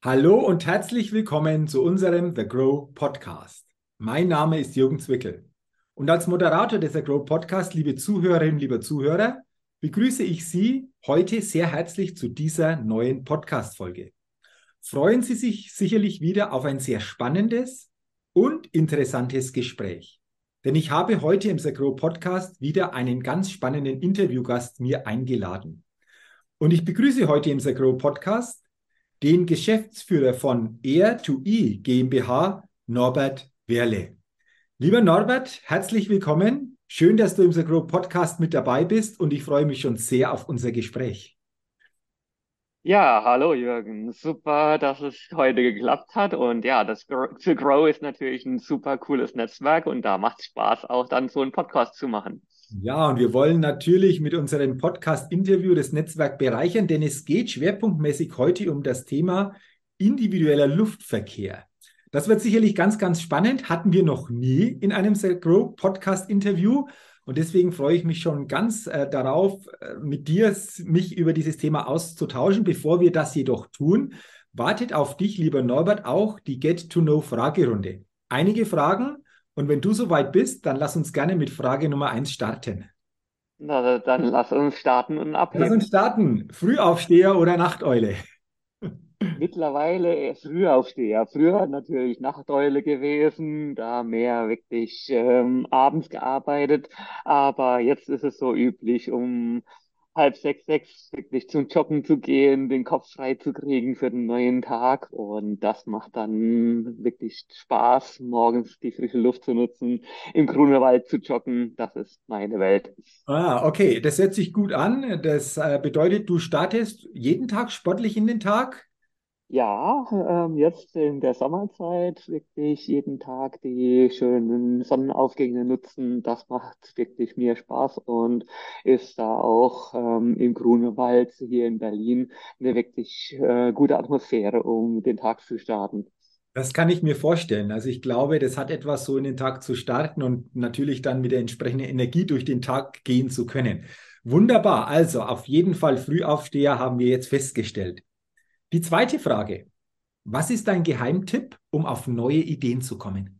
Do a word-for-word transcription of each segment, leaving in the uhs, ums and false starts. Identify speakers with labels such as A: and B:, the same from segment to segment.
A: Hallo und herzlich willkommen zu unserem The Grow Podcast. Mein Name ist Jürgen Zwickel und als Moderator des The Grow Podcast, liebe Zuhörerinnen, lieber Zuhörer, begrüße ich Sie heute sehr herzlich zu dieser neuen Podcast-Folge. Freuen Sie sich sicherlich wieder auf ein sehr spannendes und interessantes Gespräch. Denn ich habe heute im The Grow Podcast wieder einen ganz spannenden Interviewgast mir eingeladen. Und ich begrüße heute im The Grow Podcast den Geschäftsführer von Air to E GmbH, Norbert Werle. Lieber Norbert, herzlich willkommen. Schön, dass du im The Grow Podcast mit dabei bist und ich freue mich schon sehr auf unser Gespräch.
B: Ja, hallo Jürgen. Super, dass es heute geklappt hat. Und ja, das Gro- To Grow ist natürlich ein super cooles Netzwerk und da macht es Spaß, auch dann so einen Podcast zu machen.
A: Ja, und wir wollen natürlich mit unserem Podcast-Interview das Netzwerk bereichern, denn es geht schwerpunktmäßig heute um das Thema individueller Luftverkehr. Das wird sicherlich ganz, ganz spannend. Hatten wir noch nie in einem The Grow Podcast-Interview. Und deswegen freue ich mich schon ganz äh, darauf, äh, mit dir s- mich über dieses Thema auszutauschen. Bevor wir das jedoch tun, wartet auf dich, lieber Norbert, auch die Get-to-Know-Fragerunde. Einige Fragen und wenn du soweit bist, dann lass uns gerne mit Frage Nummer eins starten.
B: Na, dann lass uns starten und
A: Lass uns
B: abheben.
A: starten. Frühaufsteher oder Nachteule?
B: Mittlerweile eher Frühaufsteher. Früher natürlich Nachteule gewesen, da mehr wirklich ähm, abends gearbeitet. Aber jetzt ist es so üblich, um halb sechs, sechs wirklich zum Joggen zu gehen, den Kopf frei zu kriegen für den neuen Tag. Und das macht dann wirklich Spaß, morgens die frische Luft zu nutzen, im Grunewald zu joggen. Das ist meine Welt.
A: Ah, okay, das hört sich gut an. Das äh, bedeutet, du startest jeden Tag sportlich in den Tag?
B: Ja, ähm, jetzt in der Sommerzeit wirklich jeden Tag die schönen Sonnenaufgänge nutzen. Das macht wirklich mir Spaß und ist da auch ähm, im Grunewald hier in Berlin eine wirklich äh, gute Atmosphäre, um den Tag zu starten.
A: Das kann ich mir vorstellen. Also ich glaube, das hat etwas, so in den Tag zu starten und natürlich dann mit der entsprechenden Energie durch den Tag gehen zu können. Wunderbar. Also auf jeden Fall Frühaufsteher haben wir jetzt festgestellt. Die zweite Frage. Was ist dein Geheimtipp, um auf neue Ideen zu kommen?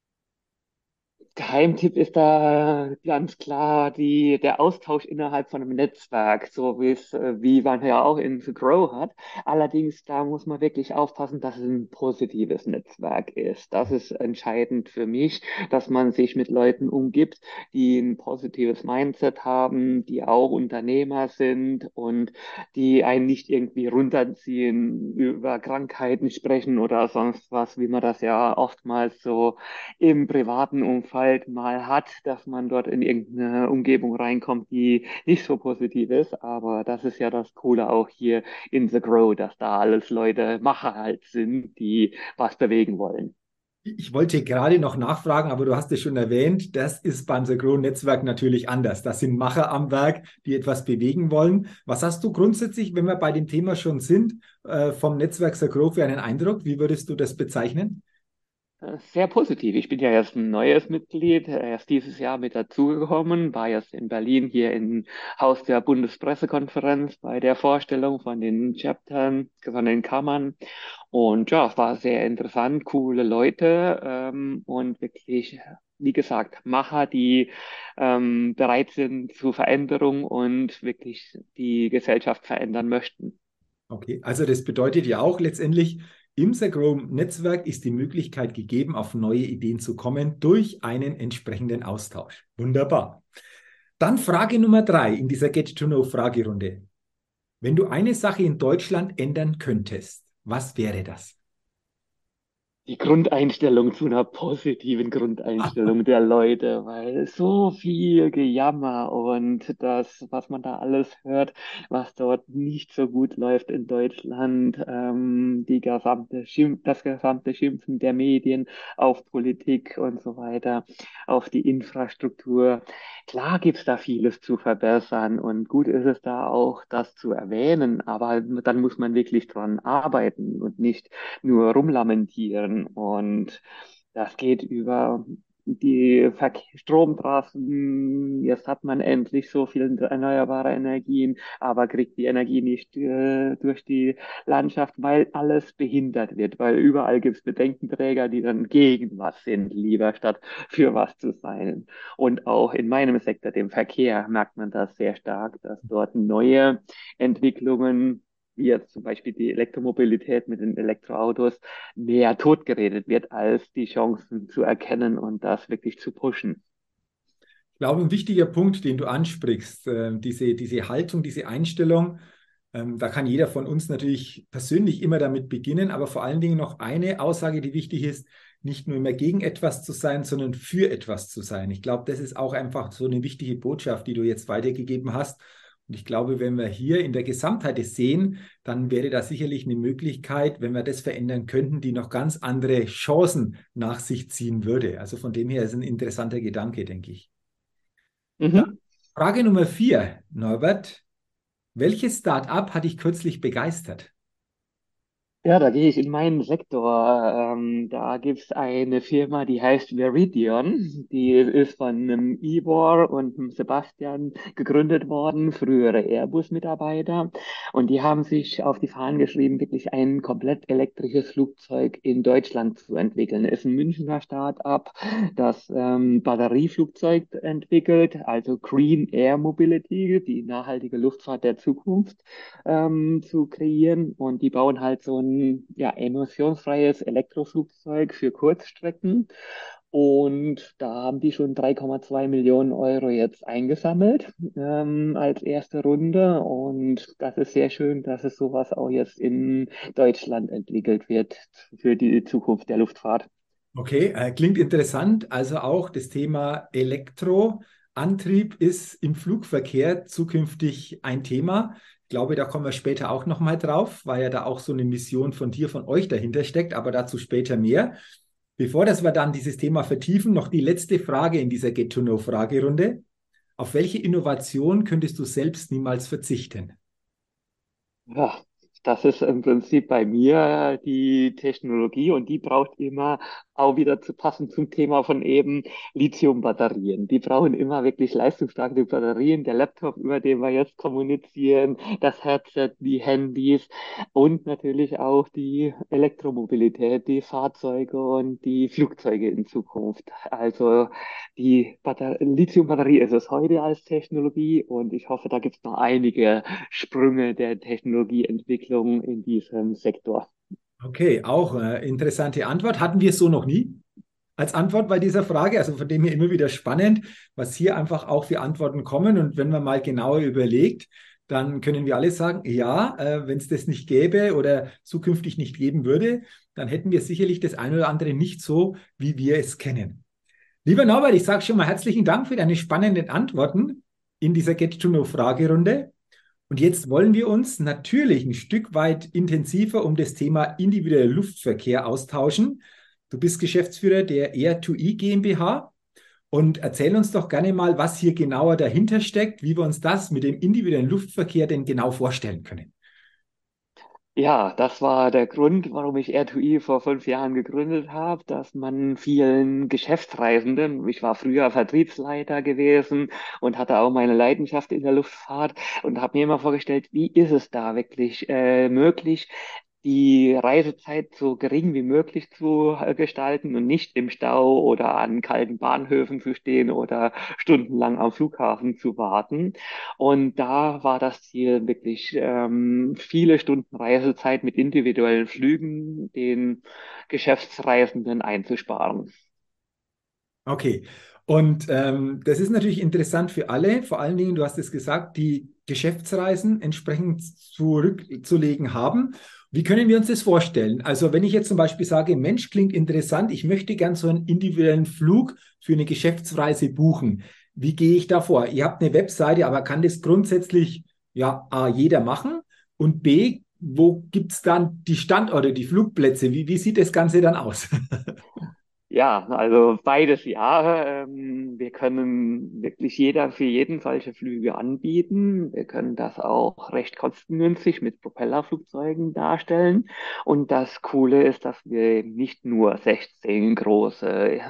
B: Geheimtipp ist da ganz klar die, der Austausch innerhalb von einem Netzwerk, so wie es, äh, wie man ja auch in The Grow hat. Allerdings, da muss man wirklich aufpassen, dass es ein positives Netzwerk ist. Das ist entscheidend für mich, dass man sich mit Leuten umgibt, die ein positives Mindset haben, die auch Unternehmer sind und die einen nicht irgendwie runterziehen, über Krankheiten sprechen oder sonst was, wie man das ja oftmals so im privaten Umfeld mal hat, dass man dort in irgendeine Umgebung reinkommt, die nicht so positiv ist. Aber das ist ja das Coole auch hier in The Grow, dass da alles Leute Macher halt sind, die was bewegen wollen.
A: Ich wollte gerade noch nachfragen, aber du hast es schon erwähnt, das ist beim Synchron-Netzwerk natürlich anders. Das sind Macher am Werk, die etwas bewegen wollen. Was hast du grundsätzlich, wenn wir bei dem Thema schon sind, äh, vom Netzwerk Synchron für einen Eindruck? Wie würdest du das bezeichnen?
B: Äh, Sehr positiv. Ich bin ja jetzt ein neues Mitglied, äh, erst dieses Jahr mit dazugekommen, war jetzt in Berlin hier im Haus der Bundespressekonferenz bei der Vorstellung von den Chaptern, von den Kammern. Und ja, es war sehr interessant, coole Leute ähm, und wirklich, wie gesagt, Macher, die ähm, bereit sind zu Veränderung und wirklich die Gesellschaft verändern möchten.
A: Okay, also das bedeutet ja auch letztendlich, im Synchron-Netzwerk ist die Möglichkeit gegeben, auf neue Ideen zu kommen durch einen entsprechenden Austausch. Wunderbar. Dann Frage Nummer drei in dieser Get-to-Know-Fragerunde. Wenn du eine Sache in Deutschland ändern könntest, was wäre das?
B: Die Grundeinstellung zu einer positiven Grundeinstellung der Leute, weil so viel Gejammer und das, was man da alles hört, was dort nicht so gut läuft in Deutschland, ähm, die gesamte Schimpf, das gesamte Schimpfen der Medien auf Politik und so weiter, auf die Infrastruktur. Klar gibt's da vieles zu verbessern und gut ist es da auch, das zu erwähnen, aber dann muss man wirklich dran arbeiten und nicht nur rumlamentieren. Und das geht über die Verke Stromtrassen, jetzt hat man endlich so viel erneuerbare Energien, aber kriegt die Energie nicht äh, durch die Landschaft, weil alles behindert wird, weil überall gibt es Bedenkenträger, die dann gegen was sind, lieber statt für was zu sein. Und auch in meinem Sektor, dem Verkehr, merkt man das sehr stark, dass dort neue Entwicklungen, wie jetzt zum Beispiel die Elektromobilität mit den Elektroautos, mehr totgeredet wird, als die Chancen zu erkennen und das wirklich zu pushen.
A: Ich glaube, ein wichtiger Punkt, den du ansprichst, äh, diese, diese Haltung, diese Einstellung, ähm, da kann jeder von uns natürlich persönlich immer damit beginnen, aber vor allen Dingen noch eine Aussage, die wichtig ist, nicht nur immer gegen etwas zu sein, sondern für etwas zu sein. Ich glaube, das ist auch einfach so eine wichtige Botschaft, die du jetzt weitergegeben hast. Und ich glaube, wenn wir hier in der Gesamtheit es sehen, dann wäre da sicherlich eine Möglichkeit, wenn wir das verändern könnten, die noch ganz andere Chancen nach sich ziehen würde. Also von dem her ist ein interessanter Gedanke, denke ich. Dann
B: Mhm.
A: Frage Nummer vier, Norbert. Welches Start-up hat dich kürzlich begeistert?
B: Ja, da gehe ich in meinen Sektor. Ähm, da gibt's eine Firma, die heißt Veridion. Die ist von einem Ivor und einem Sebastian gegründet worden, frühere Airbus-Mitarbeiter. Und die haben sich auf die Fahnen geschrieben, wirklich ein komplett elektrisches Flugzeug in Deutschland zu entwickeln. Ist ein Münchner Start-up, das ähm, Batterieflugzeug entwickelt, also Green Air Mobility, die nachhaltige Luftfahrt der Zukunft ähm, zu kreieren. Und die bauen halt so ein ja, emissionsfreies Elektroflugzeug für Kurzstrecken. Und da haben die schon drei Komma zwei Millionen Euro jetzt eingesammelt ähm, als erste Runde. Und das ist sehr schön, dass es sowas auch jetzt in Deutschland entwickelt wird für die Zukunft der Luftfahrt.
A: Okay, äh, klingt interessant. Also auch das Thema Elektroantrieb ist im Flugverkehr zukünftig ein Thema. Ich glaube, da kommen wir später auch nochmal drauf, weil ja da auch so eine Mission von dir, von euch dahinter steckt, aber dazu später mehr. Bevor dass wir dann dieses Thema vertiefen, noch die letzte Frage in dieser Get-to-Know-Fragerunde. Auf welche Innovation könntest du selbst niemals verzichten?
B: Ja, das ist im Prinzip bei mir die Technologie und die braucht immer auch wieder zu passen zum Thema von eben Lithium-Batterien. Die brauchen immer wirklich leistungsstarke Batterien. Der Laptop, über den wir jetzt kommunizieren, das Headset, die Handys und natürlich auch die Elektromobilität, die Fahrzeuge und die Flugzeuge in Zukunft. Also die Batter Lithium-Batterie ist es heute als Technologie und ich hoffe, da gibt es noch einige Sprünge der Technologieentwicklung in diesem Sektor.
A: Okay, auch äh, interessante Antwort. Hatten wir es so noch nie als Antwort bei dieser Frage. Also von dem her immer wieder spannend, was hier einfach auch für Antworten kommen. Und wenn man mal genauer überlegt, dann können wir alle sagen, ja, äh, wenn es das nicht gäbe oder zukünftig nicht geben würde, dann hätten wir sicherlich das eine oder andere nicht so, wie wir es kennen. Lieber Norbert, ich sage schon mal herzlichen Dank für deine spannenden Antworten in dieser Get-to-Know-Fragerunde. Und jetzt wollen wir uns natürlich ein Stück weit intensiver um das Thema individueller Luftverkehr austauschen. Du bist Geschäftsführer der Air to E GmbH und erzähl uns doch gerne mal, was hier genauer dahinter steckt, wie wir uns das mit dem individuellen Luftverkehr denn genau vorstellen können.
B: Ja, das war der Grund, warum ich R zwei E vor fünf Jahren gegründet habe, dass man vielen Geschäftsreisenden, ich war früher Vertriebsleiter gewesen und hatte auch meine Leidenschaft in der Luftfahrt und habe mir immer vorgestellt, wie ist es da wirklich äh, möglich, die Reisezeit so gering wie möglich zu äh, gestalten und nicht im Stau oder an kalten Bahnhöfen zu stehen oder stundenlang am Flughafen zu warten. Und da war das Ziel wirklich ähm, viele Stunden Reisezeit mit individuellen Flügen den Geschäftsreisenden einzusparen.
A: Okay. Und ähm, das ist natürlich interessant für alle, vor allen Dingen, du hast es gesagt, die Geschäftsreisen entsprechend zurückzulegen haben. Wie können wir uns das vorstellen? Also wenn ich jetzt zum Beispiel sage, Mensch, klingt interessant, ich möchte gern so einen individuellen Flug für eine Geschäftsreise buchen. Wie gehe ich da vor? Ihr habt eine Webseite, aber kann das grundsätzlich ja A, jeder machen? Und B, wo gibt es dann die Standorte, die Flugplätze? Wie, wie sieht das Ganze dann aus?
B: Ja, also beides ja. Ähm, wir können wirklich jeder für jeden solche Flüge anbieten. Wir können das auch recht kostengünstig mit Propellerflugzeugen darstellen. Und das Coole ist, dass wir nicht nur sechzehn große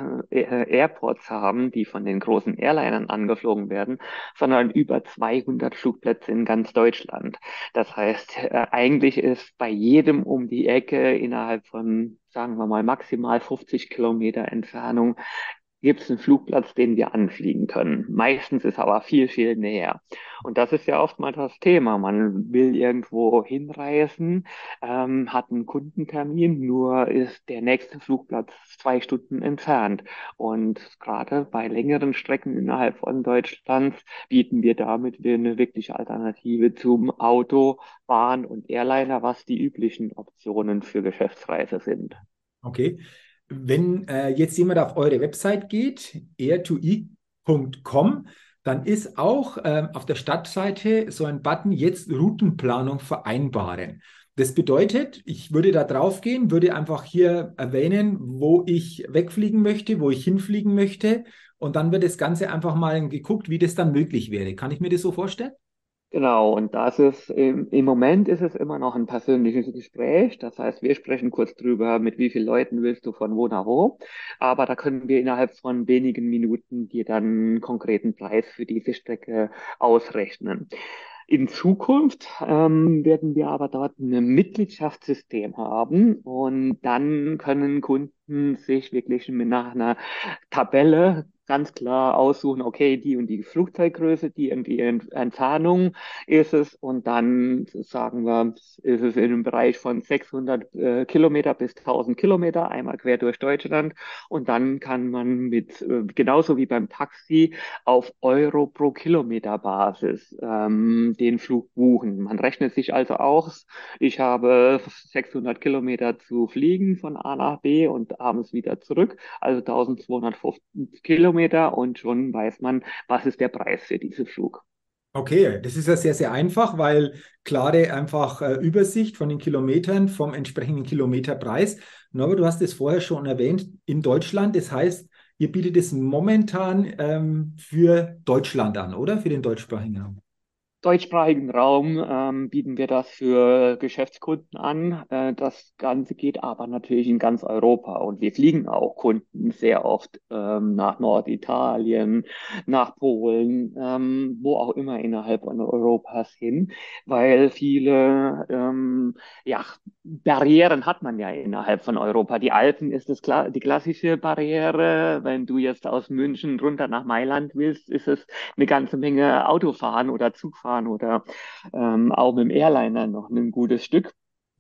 B: äh, Airports haben, die von den großen Airlinern angeflogen werden, sondern über zweihundert Flugplätze in ganz Deutschland. Das heißt, äh, eigentlich ist bei jedem um die Ecke innerhalb von, sagen wir mal, maximal fünfzig Kilometer Entfernung gibt es einen Flugplatz, den wir anfliegen können. Meistens ist aber viel, viel näher. Und das ist ja oftmals das Thema. Man will irgendwo hinreisen, ähm, hat einen Kundentermin, nur ist der nächste Flugplatz zwei Stunden entfernt. Und gerade bei längeren Strecken innerhalb von Deutschland bieten wir damit eine wirkliche Alternative zum Auto, Bahn und Airliner, was die üblichen Optionen für Geschäftsreise sind.
A: Okay. Wenn äh, jetzt jemand auf eure Website geht, air to e punkt com, dann ist auch ähm, auf der Startseite so ein Button, jetzt Routenplanung vereinbaren. Das bedeutet, ich würde da drauf gehen, würde einfach hier erwähnen, wo ich wegfliegen möchte, wo ich hinfliegen möchte, und dann wird das Ganze einfach mal geguckt, wie das dann möglich wäre. Kann ich mir das so vorstellen?
B: Genau, und das ist im, im Moment ist es immer noch ein persönliches Gespräch. Das heißt, wir sprechen kurz drüber, mit wie vielen Leuten willst du von wo nach wo. Aber da können wir innerhalb von wenigen Minuten dir dann einen konkreten Preis für diese Strecke ausrechnen. In Zukunft ähm, werden wir aber dort ein Mitgliedschaftssystem haben und dann können Kunden sich wirklich nach einer Tabelle ganz klar aussuchen, okay, die und die Flugzeuggröße, die und die Ent- Entfernung ist es, und dann sagen wir, ist es in einem Bereich von sechshundert äh, Kilometer bis tausend Kilometer, einmal quer durch Deutschland, und dann kann man mit, äh, genauso wie beim Taxi, auf Euro pro Kilometer Basis ähm, den Flug buchen. Man rechnet sich also aus, ich habe sechshundert Kilometer zu fliegen von A nach B und abends wieder zurück, also eintausendzweihundertfünfzig Kilometer, und schon weiß man, was ist der Preis für diesen Flug.
A: Okay, das ist ja sehr, sehr einfach, weil klare einfach äh, Übersicht von den Kilometern vom entsprechenden Kilometerpreis. Norbert, du hast es vorher schon erwähnt, in Deutschland. Das heißt, ihr bietet es momentan ähm, für Deutschland an, oder? Für den deutschsprachigen Raum.
B: Deutschsprachigen Raum ähm, bieten wir das für Geschäftskunden an. Äh, das Ganze geht aber natürlich in ganz Europa, und wir fliegen auch Kunden sehr oft ähm, nach Norditalien, nach Polen, ähm, wo auch immer innerhalb von Europas hin, weil viele ähm, ja, Barrieren hat man ja innerhalb von Europa. Die Alpen ist das kla die klassische Barriere. Wenn du jetzt aus München runter nach Mailand willst, ist es eine ganze Menge Autofahren oder Zugfahren oder ähm, auch mit dem Airliner noch ein gutes Stück.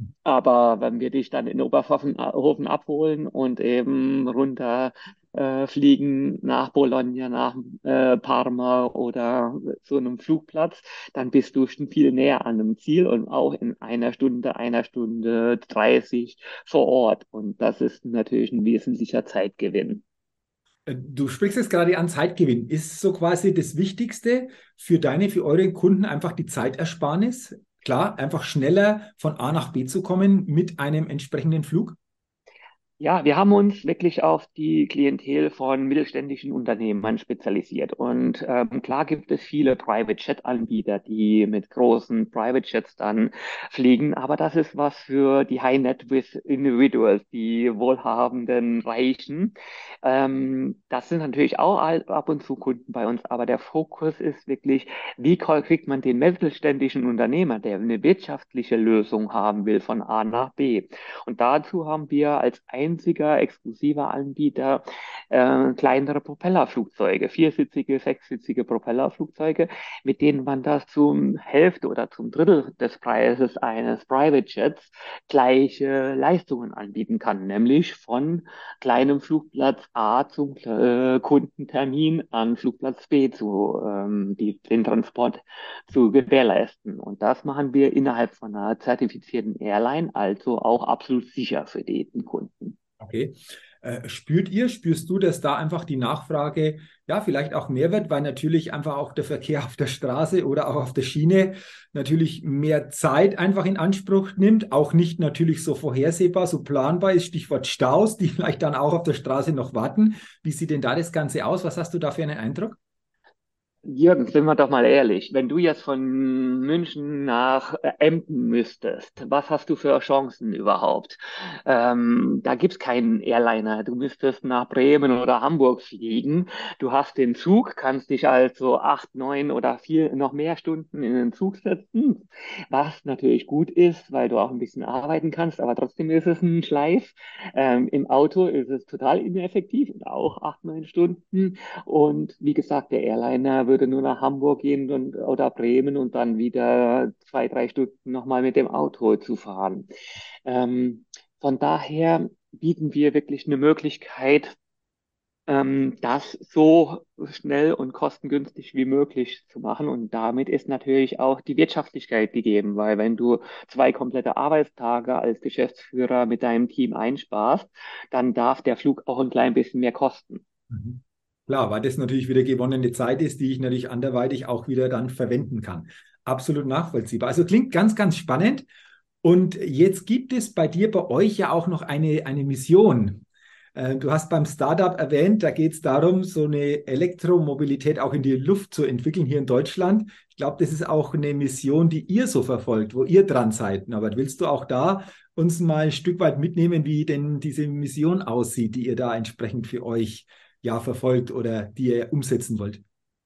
B: Aber wenn wir dich dann in Oberpfaffenhofen abholen und eben runter äh, fliegen nach Bologna, nach äh, Parma oder zu einem Flugplatz, dann bist du schon viel näher an einem Ziel und auch in einer Stunde, einer Stunde dreißig vor Ort. Und das ist natürlich ein wesentlicher Zeitgewinn.
A: Äh, Du sprichst jetzt gerade an Zeitgewinn. Ist so quasi das Wichtigste für deine, für eure Kunden einfach die Zeitersparnis? Klar, einfach schneller von A nach B zu kommen mit einem entsprechenden Flug?
B: Ja, wir haben uns wirklich auf die Klientel von mittelständischen Unternehmern spezialisiert. Und ähm, klar gibt es viele Private Jet-Anbieter, die mit großen Private Jets dann fliegen. Aber das ist was für die High Net Worth Individuals, die wohlhabenden Reichen. Ähm, das sind natürlich auch all- ab und zu Kunden bei uns. Aber der Fokus ist wirklich, wie kriegt man den mittelständischen Unternehmer, der eine wirtschaftliche Lösung haben will, von A nach B. Und dazu haben wir als einziger exklusiver Anbieter äh, kleinere Propellerflugzeuge, viersitzige, sechssitzige Propellerflugzeuge, mit denen man das zum Hälfte oder zum Drittel des Preises eines Private Jets gleiche Leistungen anbieten kann, nämlich von kleinem Flugplatz A zum äh, Kundentermin an Flugplatz B zu ähm, die, den Transport zu gewährleisten. Und das machen wir innerhalb von einer zertifizierten Airline, also auch absolut sicher für den Kunden.
A: Okay. Äh, spürt ihr, spürst du, dass da einfach die Nachfrage ja vielleicht auch mehr wird, weil natürlich einfach auch der Verkehr auf der Straße oder auch auf der Schiene natürlich mehr Zeit einfach in Anspruch nimmt, auch nicht natürlich so vorhersehbar, so planbar ist, Stichwort Staus, die vielleicht dann auch auf der Straße noch warten. Wie sieht denn da das Ganze aus? Was hast du da für einen Eindruck?
B: Jürgen, sind wir doch mal ehrlich, wenn du jetzt von München nach äh, Emden müsstest, was hast du für Chancen überhaupt? Ähm, da gibt's keinen Airliner. Du müsstest nach Bremen oder Hamburg fliegen. Du hast den Zug, kannst dich also acht, neun oder vier noch mehr Stunden in den Zug setzen, was natürlich gut ist, weil du auch ein bisschen arbeiten kannst, aber trotzdem ist es ein Schleif. Ähm, im Auto ist es total ineffektiv und auch acht, neun Stunden. Und wie gesagt, der Airliner würde nur nach Hamburg gehen und, oder Bremen und dann wieder zwei, drei Stunden nochmal mit dem Auto zu fahren. Ähm, von daher bieten wir wirklich eine Möglichkeit, ähm, das so schnell und kostengünstig wie möglich zu machen. Und damit ist natürlich auch die Wirtschaftlichkeit gegeben, weil wenn du zwei komplette Arbeitstage als Geschäftsführer mit deinem Team einsparst, dann darf der Flug auch ein klein bisschen mehr kosten.
A: Mhm. Klar, weil das natürlich wieder gewonnene Zeit ist, die ich natürlich anderweitig auch wieder dann verwenden kann. Absolut nachvollziehbar. Also klingt ganz, ganz spannend. Und jetzt gibt es bei dir, bei euch ja auch noch eine, eine Mission. Äh, Du hast beim Startup erwähnt, da geht es darum, so eine Elektromobilität auch in die Luft zu entwickeln hier in Deutschland. Ich glaube, das ist auch eine Mission, die ihr so verfolgt, wo ihr dran seid. Aber willst du auch da uns mal ein Stück weit mitnehmen, wie denn diese Mission aussieht, die ihr da entsprechend für euch ja verfolgt oder die ihr umsetzen wollt?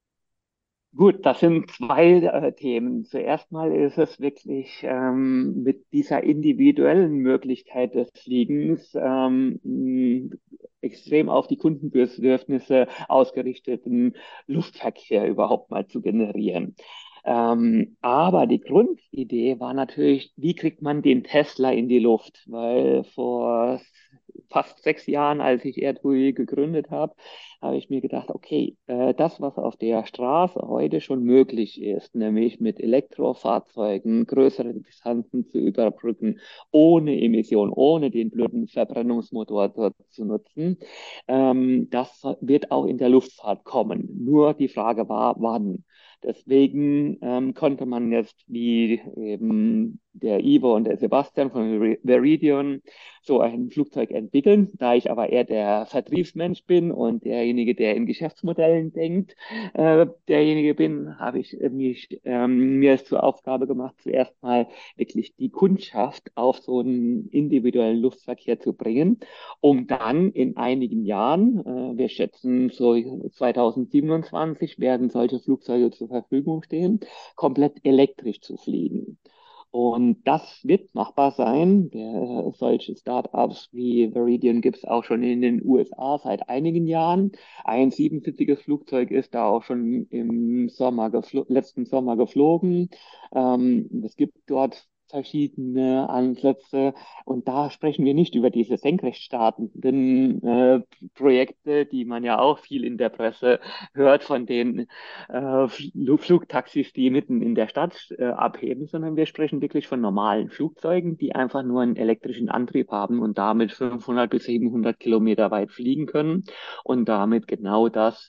B: Gut, das sind zwei äh, Themen. Zuerst mal ist es wirklich ähm, mit dieser individuellen Möglichkeit des Fliegens ähm, mh, extrem auf die Kundenbedürfnisse ausgerichteten Luftverkehr überhaupt mal zu generieren. Ähm, aber die Grundidee war natürlich, wie kriegt man den Tesla in die Luft? Weil vor fast sechs Jahren, als ich AirTree gegründet habe, habe ich mir gedacht, okay, äh, das, was auf der Straße heute schon möglich ist, nämlich mit Elektrofahrzeugen größere Distanzen zu überbrücken, ohne Emission, ohne den blöden Verbrennungsmotor dort zu nutzen, ähm, das wird auch in der Luftfahrt kommen. Nur die Frage war, wann. Deswegen ähm, konnte man jetzt, wie eben der Ivo und der Sebastian von Veridion, so ein Flugzeug entwickeln. Da ich aber eher der Vertriebsmensch bin und derjenige, der in Geschäftsmodellen denkt, äh, derjenige bin, habe ich mich, ähm, mir es zur Aufgabe gemacht, zuerst mal wirklich die Kundschaft auf so einen individuellen Luftverkehr zu bringen, um dann in einigen Jahren, äh, wir schätzen so zweitausendsiebenundzwanzig, werden solche Flugzeuge zur Verfügung stehen, komplett elektrisch zu fliegen. Und das wird machbar sein. Der, solche Startups wie Veridian gibt es auch schon in den U S A seit einigen Jahren. Ein siebensitziges Flugzeug ist da auch schon im Sommer geflo- letzten Sommer geflogen. Ähm, es gibt dort verschiedene Ansätze und da sprechen wir nicht über diese senkrecht startenden äh, Projekte, die man ja auch viel in der Presse hört von den äh, Flugtaxis, die mitten in der Stadt äh, abheben, sondern wir sprechen wirklich von normalen Flugzeugen, die einfach nur einen elektrischen Antrieb haben und damit fünfhundert bis siebenhundert Kilometer weit fliegen können und damit genau das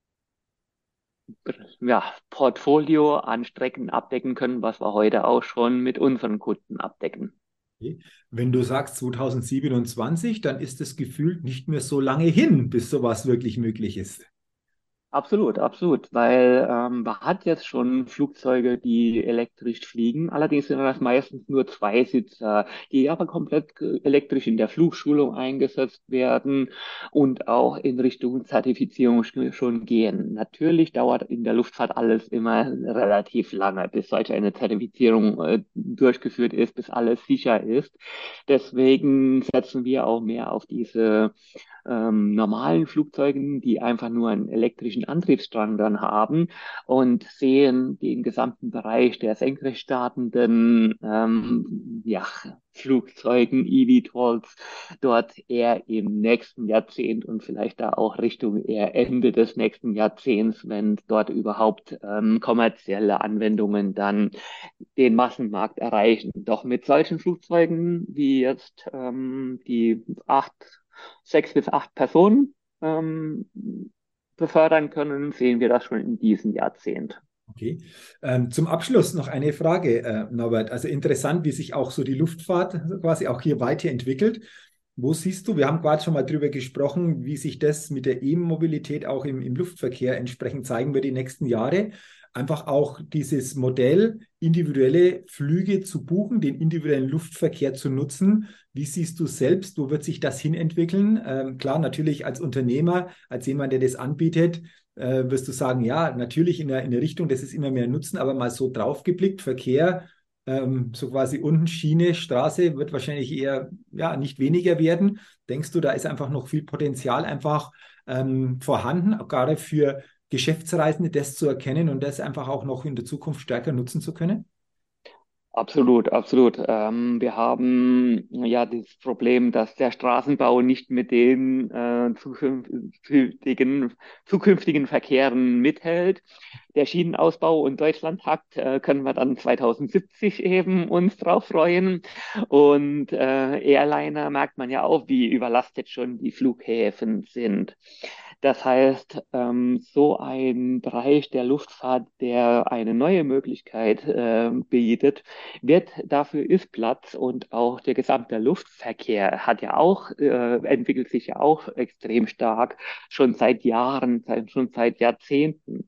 B: ja, Portfolio an Strecken abdecken können, was wir heute auch schon mit unseren Kunden abdecken.
A: Okay. Wenn du sagst zweitausendsiebenundzwanzig, dann ist es gefühlt nicht mehr so lange hin, bis sowas wirklich möglich ist.
B: Absolut, absolut, weil ähm, man hat jetzt schon Flugzeuge, die elektrisch fliegen. Allerdings sind das meistens nur Zweisitzer, die aber komplett äh, elektrisch in der Flugschulung eingesetzt werden und auch in Richtung Zertifizierung sch- schon gehen. Natürlich dauert in der Luftfahrt alles immer relativ lange, bis solch eine Zertifizierung äh, durchgeführt ist, bis alles sicher ist. Deswegen setzen wir auch mehr auf diese ähm, normalen Flugzeugen, die einfach nur einen elektrischen Antriebsstrang dann haben und sehen den gesamten Bereich der senkrecht startenden ähm, ja, Flugzeugen, eVTOLs, dort eher im nächsten Jahrzehnt und vielleicht da auch Richtung eher Ende des nächsten Jahrzehnts, wenn dort überhaupt ähm, kommerzielle Anwendungen dann den Massenmarkt erreichen. Doch mit solchen Flugzeugen wie jetzt ähm, die acht sechs bis acht Personen ähm, befördern können, sehen wir das schon in diesem Jahrzehnt.
A: Okay. Ähm, zum Abschluss noch eine Frage, äh, Norbert. Also interessant, wie sich auch so die Luftfahrt quasi auch hier weiterentwickelt. Wo siehst du, wir haben gerade schon mal drüber gesprochen, wie sich das mit der E-Mobilität auch im, im Luftverkehr entsprechend zeigen wird die nächsten Jahre. Einfach auch dieses Modell, individuelle Flüge zu buchen, den individuellen Luftverkehr zu nutzen. Wie siehst du selbst, wo wird sich das hinentwickeln? Ähm, klar, natürlich als Unternehmer, als jemand, der das anbietet, äh, wirst du sagen, ja, natürlich in der, in der Richtung, das ist immer mehr Nutzen, aber mal so draufgeblickt, Verkehr, ähm, so quasi unten Schiene, Straße, wird wahrscheinlich eher, ja, nicht weniger werden. Denkst du, da ist einfach noch viel Potenzial einfach ähm, vorhanden, auch gerade für Geschäftsreisende, das zu erkennen und das einfach auch noch in der Zukunft stärker nutzen zu können?
B: Absolut, absolut. Ähm, wir haben ja das Problem, dass der Straßenbau nicht mit den äh, zukünftigen, zukünftigen Verkehren mithält. Der Schienenausbau und Deutschlandtakt äh, können wir dann zweitausendsiebzig eben uns drauf freuen. Und äh, Airliner merkt man ja auch, wie überlastet schon die Flughäfen sind. Das heißt, ähm, so ein Bereich der Luftfahrt, der eine neue Möglichkeit äh, bietet, wird, dafür ist Platz, und auch der gesamte Luftverkehr hat ja auch, äh, entwickelt sich ja auch extrem stark, schon seit Jahren, seit, schon seit Jahrzehnten.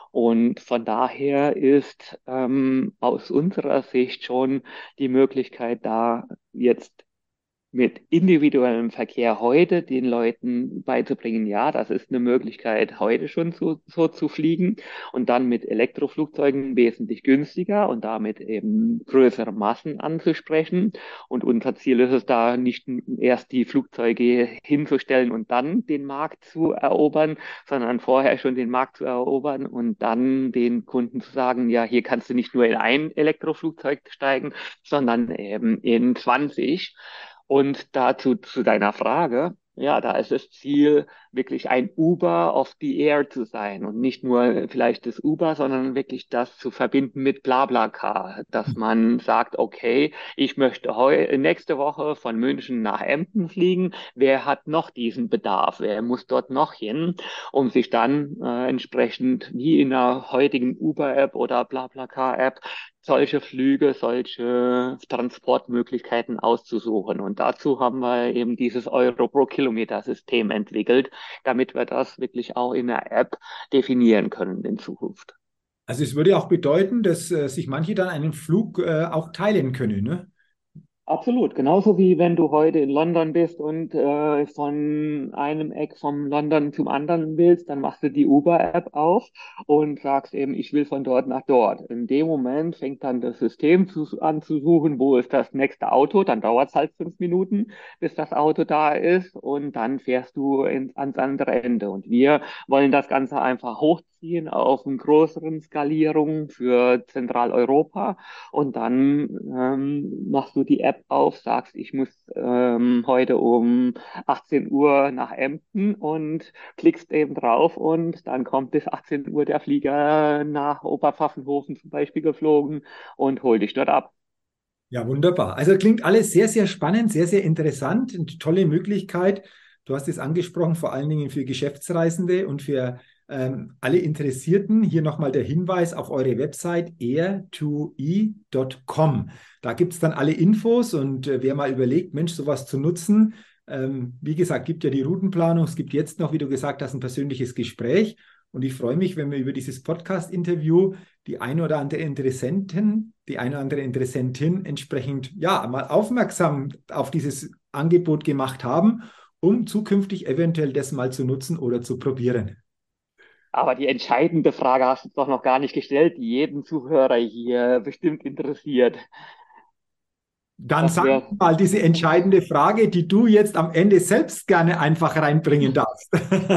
B: Und von daher ist ähm, aus unserer Sicht schon die Möglichkeit da, jetzt mit individuellem Verkehr heute den Leuten beizubringen, ja, das ist eine Möglichkeit, heute schon so, so zu fliegen, und dann mit Elektroflugzeugen wesentlich günstiger und damit eben größere Massen anzusprechen. Und unser Ziel ist es da, nicht erst die Flugzeuge hinzustellen und dann den Markt zu erobern, sondern vorher schon den Markt zu erobern und dann den Kunden zu sagen, ja, hier kannst du nicht nur in ein Elektroflugzeug steigen, sondern eben in zwanzig. Und dazu zu deiner Frage, ja, da ist das Ziel, wirklich ein Uber of the Air zu sein und nicht nur vielleicht das Uber, sondern wirklich das zu verbinden mit BlaBlaCar, dass man sagt, okay, ich möchte heu nächste Woche von München nach Emden fliegen. Wer hat noch diesen Bedarf? Wer muss dort noch hin, um sich dann äh, entsprechend wie in der heutigen Uber-App oder BlaBlaCar-App solche Flüge, solche Transportmöglichkeiten auszusuchen. Und dazu haben wir eben dieses Euro-pro-Kilometer-System entwickelt, damit wir das wirklich auch in der App definieren können in Zukunft.
A: Also es würde auch bedeuten, dass äh, sich manche dann einen Flug äh, auch teilen können, ne?
B: Absolut, genauso wie wenn du heute in London bist und äh, von einem Eck vom London zum anderen willst, dann machst du die Uber-App auf und sagst eben, ich will von dort nach dort. In dem Moment fängt dann das System zu, an zu suchen, wo ist das nächste Auto, dann dauert es halt fünf Minuten, bis das Auto da ist, und dann fährst du ins, ans andere Ende. Und wir wollen das Ganze einfach hochziehen auf eine größeren Skalierung für Zentraleuropa, und dann ähm, machst du die App auf, sagst, ich muss ähm, heute um achtzehn Uhr nach Emden, und klickst eben drauf, und dann kommt bis achtzehn Uhr der Flieger nach Oberpfaffenhofen zum Beispiel geflogen und holt dich dort ab.
A: Ja, wunderbar. Also klingt alles sehr, sehr spannend, sehr, sehr interessant, eine tolle Möglichkeit. Du hast es angesprochen, vor allen Dingen für Geschäftsreisende und für ähm, alle Interessierten. Hier nochmal der Hinweis auf eure Website air to e punkt com. Da gibt es dann alle Infos, und äh, wer mal überlegt, Mensch, sowas zu nutzen, ähm, wie gesagt, gibt ja die Routenplanung, es gibt jetzt noch, wie du gesagt hast, ein persönliches Gespräch. Und ich freue mich, wenn wir über dieses Podcast-Interview die eine oder andere Interessentin, die eine oder andere Interessentin entsprechend ja mal aufmerksam auf dieses Angebot gemacht haben, um zukünftig eventuell das mal zu nutzen oder zu probieren.
B: Aber die entscheidende Frage hast du doch noch gar nicht gestellt, die jeden Zuhörer hier bestimmt interessiert.
A: Dann
B: Das
A: sag
B: wäre
A: mal diese entscheidende Frage, die du jetzt am Ende selbst gerne einfach reinbringen darfst.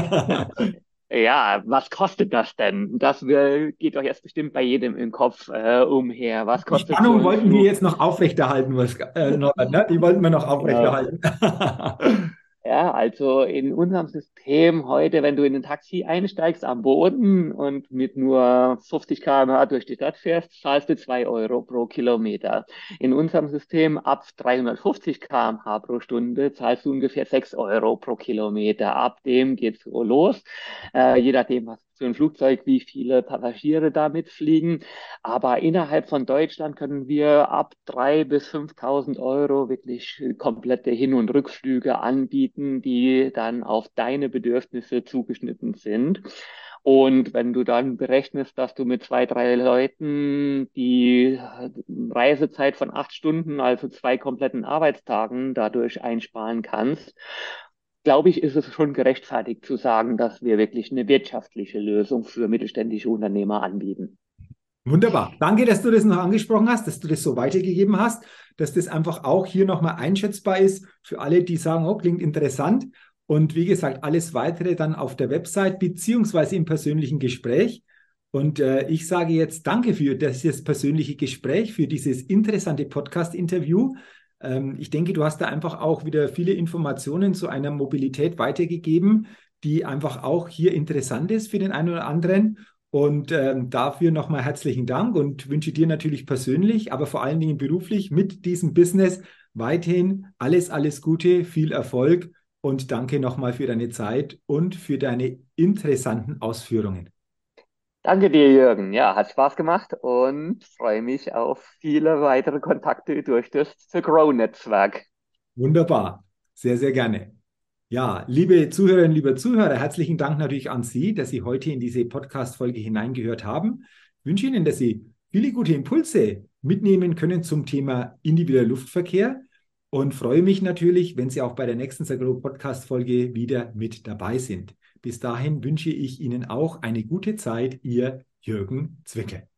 B: Ja, was kostet das denn? Das will, geht doch jetzt bestimmt bei jedem im Kopf äh, umher. Was
A: Die
B: kostet so
A: Spannung
B: ein
A: wollten wir
B: Flug?
A: jetzt noch aufrechterhalten, was, äh, Norbert, ne? Die wollten wir noch
B: Genau.
A: aufrechterhalten.
B: Ja, Ja, also in unserem System heute, wenn du in ein Taxi einsteigst am Boden und mit nur fünfzig Kilometer pro Stunde durch die Stadt fährst, zahlst du zwei Euro pro Kilometer. In unserem System ab dreihundertfünfzig Kilometer pro Stunde pro Stunde zahlst du ungefähr sechs Euro pro Kilometer. Ab dem geht's so los, äh, je nachdem, was für ein Flugzeug, wie viele Passagiere damit fliegen. Aber innerhalb von Deutschland können wir ab drei bis fünftausend Euro wirklich komplette Hin- und Rückflüge anbieten, die dann auf deine Bedürfnisse zugeschnitten sind. Und wenn du dann berechnest, dass du mit zwei, drei Leuten die Reisezeit von acht Stunden, also zwei kompletten Arbeitstagen, dadurch einsparen kannst, glaube ich, ist es schon gerechtfertigt zu sagen, dass wir wirklich eine wirtschaftliche Lösung für mittelständische Unternehmer anbieten.
A: Wunderbar. Danke, dass du das noch angesprochen hast, dass du das so weitergegeben hast, dass das einfach auch hier nochmal einschätzbar ist für alle, die sagen, oh, klingt interessant. Und wie gesagt, alles weitere dann auf der Website beziehungsweise im persönlichen Gespräch. Und äh, ich sage jetzt danke für das persönliche Gespräch, für dieses interessante Podcast-Interview. Ähm, ich denke, du hast da einfach auch wieder viele Informationen zu einer Mobilität weitergegeben, die einfach auch hier interessant ist für den einen oder anderen. Und ähm, dafür nochmal herzlichen Dank und wünsche dir natürlich persönlich, aber vor allen Dingen beruflich mit diesem Business weiterhin alles, alles Gute, viel Erfolg und danke nochmal für deine Zeit und für deine interessanten Ausführungen.
B: Danke dir, Jürgen. Ja, hat Spaß gemacht und freue mich auf viele weitere Kontakte durch das The Grow-Netzwerk.
A: Wunderbar, sehr, sehr gerne. Ja, liebe Zuhörerinnen, lieber Zuhörer, herzlichen Dank natürlich an Sie, dass Sie heute in diese Podcast-Folge hineingehört haben. Ich wünsche Ihnen, dass Sie viele gute Impulse mitnehmen können zum Thema individueller Luftverkehr und freue mich natürlich, wenn Sie auch bei der nächsten Sagro Podcast-Folge wieder mit dabei sind. Bis dahin wünsche ich Ihnen auch eine gute Zeit, Ihr Jürgen Zwickel.